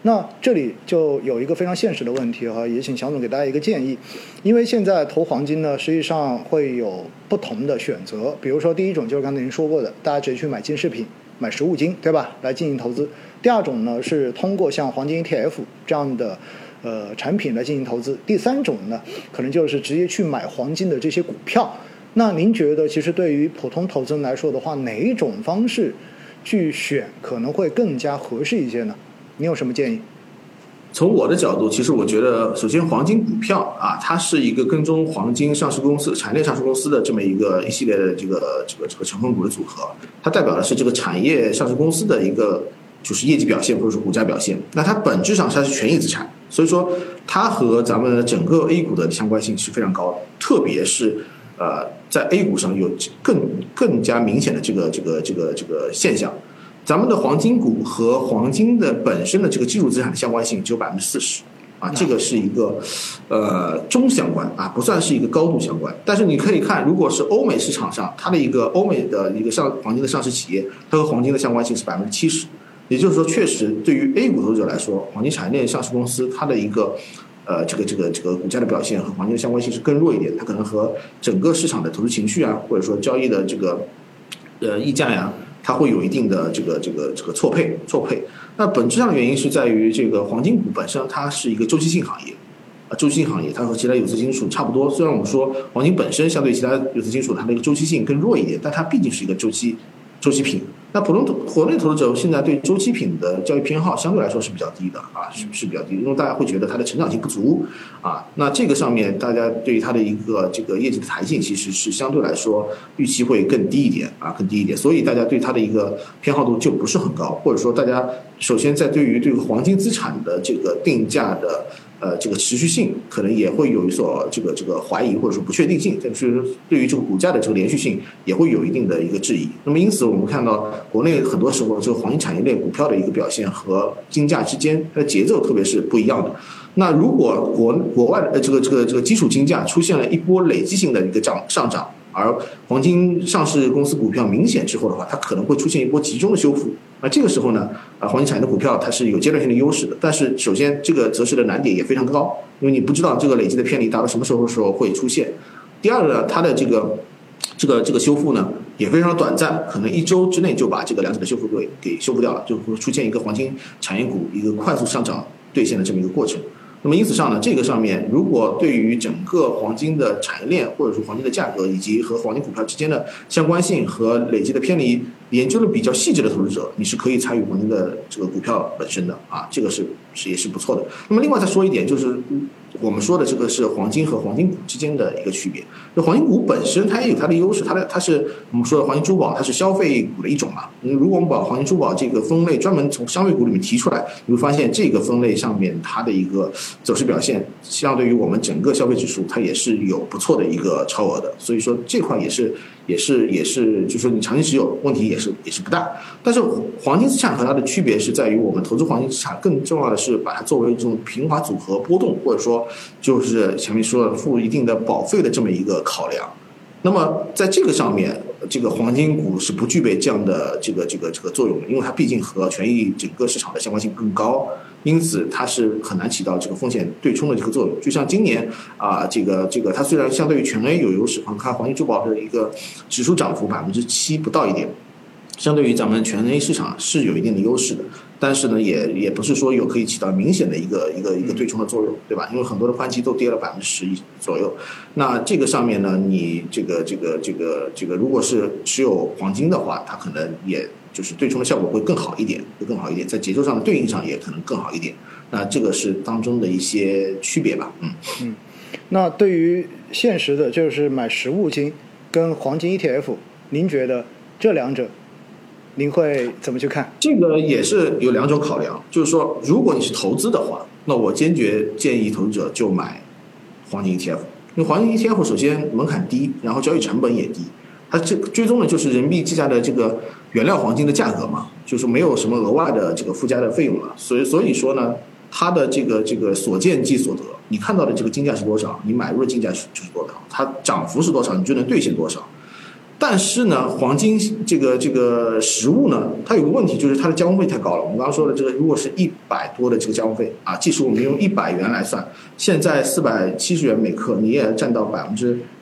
那这里就有一个非常现实的问题哈，也请小总给大家一个建议。因为现在投黄金呢，实际上会有不同的选择，比如说第一种就是刚才您说过的，大家直接去买金饰品、买实物金，对吧？来进行投资。第二种呢是通过像黄金 ETF 这样的产品来进行投资。第三种呢，可能就是直接去买黄金的这些股票。那您觉得，其实对于普通投资人来说的话，哪一种方式去选可能会更加合适一些呢？你有什么建议？ 从我的角度，其实我觉得，首先黄金股票啊，它是一个跟踪黄金上市公司、产业链上市公司的这么一系列的这个成分股的组合，它代表的是这个产业上市公司的一个就是业绩表现或者说股价表现。那它本质上它是权益资产，所以说它和咱们整个 A 股的相关性是非常高的，特别是在 A 股上有更加明显的这个现象。咱们的黄金股和黄金的本身的这个基础资产的相关性只有40%啊，这个是一个中相关啊，不算是一个高度相关。但是你可以看，如果是欧美市场上，它的一个欧美的一个黄金的上市企业，它和黄金的相关性是70%，也就是说，确实对于 A 股投资者来说，黄金产业链上市公司它的一个这个股价的表现和黄金的相关性是更弱一点，它可能和整个市场的投资情绪啊，或者说交易的这个溢价呀，它会有一定的这个错配。那本质上的原因是在于这个黄金股本身它是一个周期性行业，周期性行业它和其他有色金属差不多。虽然我们说黄金本身相对其他有色金属它的一个周期性更弱一点，但它毕竟是一个周期品。那普通国内投资者现在对周期品的交易偏好相对来说是比较低的啊，是比较低的，因为大家会觉得它的成长性不足啊。那这个上面大家对于它的一个这个业绩的弹性其实是相对来说预期会更低一点啊，更低一点，所以大家对它的一个偏好度就不是很高，或者说大家首先在对于这个黄金资产的这个定价的这个持续性可能也会有一所这个怀疑或者说不确定性，但是对于这个股价的这个连续性也会有一定的一个质疑。那么因此我们看到国内很多时候这个黄金产业链股票的一个表现和金价之间它的节奏特别是不一样的。那如果国外的这个基础金价出现了一波累积性的一个上涨，而黄金上市公司股票明显之后的话，它可能会出现一波集中的修复。那这个时候呢，黄金产业的股票它是有阶段性的优势的，但是首先这个择时的难点也非常高，因为你不知道这个累积的偏离达到什么时候会出现。第二个呢，它的这个修复呢也非常短暂，可能1周之内就把这个两者的修复给修复掉了，就会出现一个黄金产业股一个快速上涨兑现的这么一个过程。那么因此上呢，这个上面如果对于整个黄金的产业链或者说黄金的价格以及和黄金股票之间的相关性和累积的偏离研究的比较细致的投资者，你是可以参与黄金的这个股票本身的啊，这个也是不错的。那么另外再说一点，就是我们说的这个是黄金和黄金股之间的一个区别。那黄金股本身它也有它的优势，它是我们说的黄金珠宝，它是消费股的一种嘛。如果我们把黄金珠宝这个分类专门从消费股里面提出来，你会发现这个分类上面它的一个走势表现，相对于我们整个消费指数，它也是有不错的一个超额的。所以说这块也是，就是说你长期持有问题也是不大。但是黄金资产和它的区别是在于，我们投资黄金资产更重要的是把它作为这种平滑组合波动，或者说就是前面说的付一定的保费的这么一个考量。那么在这个上面，这个黄金股是不具备这样的这个作用的，因为它毕竟和权益整个市场的相关性更高，因此它是很难起到这个风险对冲的这个作用。就像今年这个它虽然相对于全 A 有优势，看黄金珠宝的一个指数涨幅7%不到一点，相对于咱们全 A 市场是有一定的优势的，但是呢，也不是说有可以起到明显的一个对冲的作用，对吧？因为很多的宽基都跌了10%左右。那这个上面呢，你这个如果是持有黄金的话，它可能也就是对冲的效果会更好一点，在节奏上的对应上也可能更好一点。那这个是当中的一些区别吧。 那对于现实的，就是买实物金跟黄金 ETF， 您觉得这两者您会怎么去看？ 这个也是有两种考量，就是说，如果你是投资的话，那我坚决建议投资者就买黄金 ETF， 因为黄金 ETF 首先门槛低，然后交易成本也低，它这追踪的就是人民币计价的这个原料黄金的价格嘛，就是没有什么额外的这个附加的费用了，所以说呢，它的这个所见即所得，你看到的这个金价是多少，你买入的金价就是多少，它涨幅是多少，你就能兑现多少。 但是呢，黄金这个实物呢，它有个问题，就是它的加工费太高了。我们刚刚说的这个，如果是100多的这个加工费啊，即使我们用100元来算，现在470元每克，你也占到20%，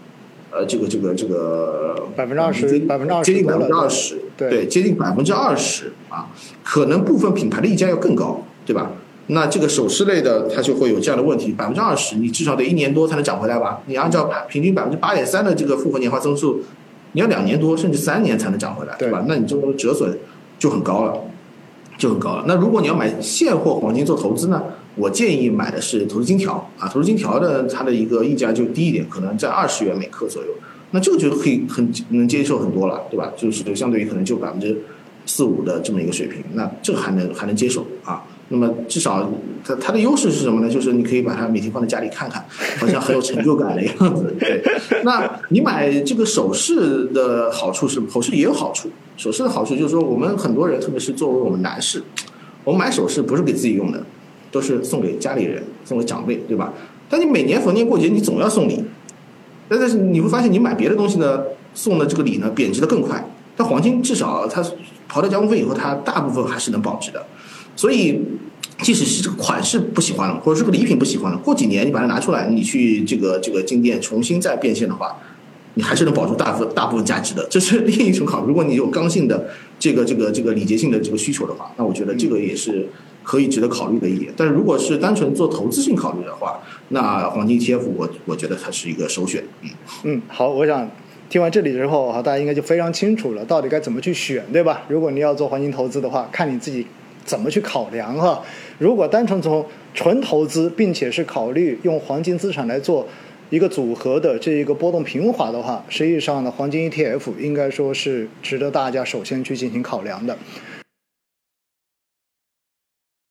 接近20%，对，接近20%啊，可能部分品牌的溢价要更高，对吧？那这个首饰类的它就会有这样的问题，20%你至少得1年多才能涨回来吧？你按照平均8.3%的这个复合年化增速，你要2年多甚至3年才能涨回来，对吧？那你这个折损就很高了。那如果你要买现货黄金做投资呢，我建议买的是投资金条啊，投资金条的它的一个溢价就低一点，可能在20元每克左右，那这个就可以很能接受很多了，对吧？就是相对于可能就4-5%的这么一个水平，那这个还能接受啊。那么至少它的优势是什么呢？就是你可以把它每天放在家里看看，好像很有成就感的样子。对，那你买这个首饰的好处是，首饰也有好处。首饰的好处就是说，我们很多人，特别是作为我们男士，我们买首饰不是给自己用的，都是送给家里人、送给长辈，对吧？但你每年逢年过节，你总要送礼，但是你会发现，你买别的东西呢，送的这个礼呢，贬值的更快。但黄金至少它刨掉加工费以后，它大部分还是能保值的。所以，即使是这个款式不喜欢了，或者这个礼品不喜欢了，过几年你把它拿出来，你去这个金店重新再变现的话，你还是能保住大部分价值的。这是另一种考虑。如果你有刚性的这个礼节性的这个需求的话，那我觉得这个也是可以值得考虑的一点。但是如果是单纯做投资性考虑的话，那黄金 ETF 我觉得它是一个首选。 好，我想听完这里之后大家应该就非常清楚了，到底该怎么去选，对吧？如果你要做黄金投资的话，看你自己怎么去考量哈。如果单纯从纯投资，并且是考虑用黄金资产来做一个组合的这一个波动平滑的话，实际上呢，黄金 ETF 应该说是值得大家首先去进行考量的。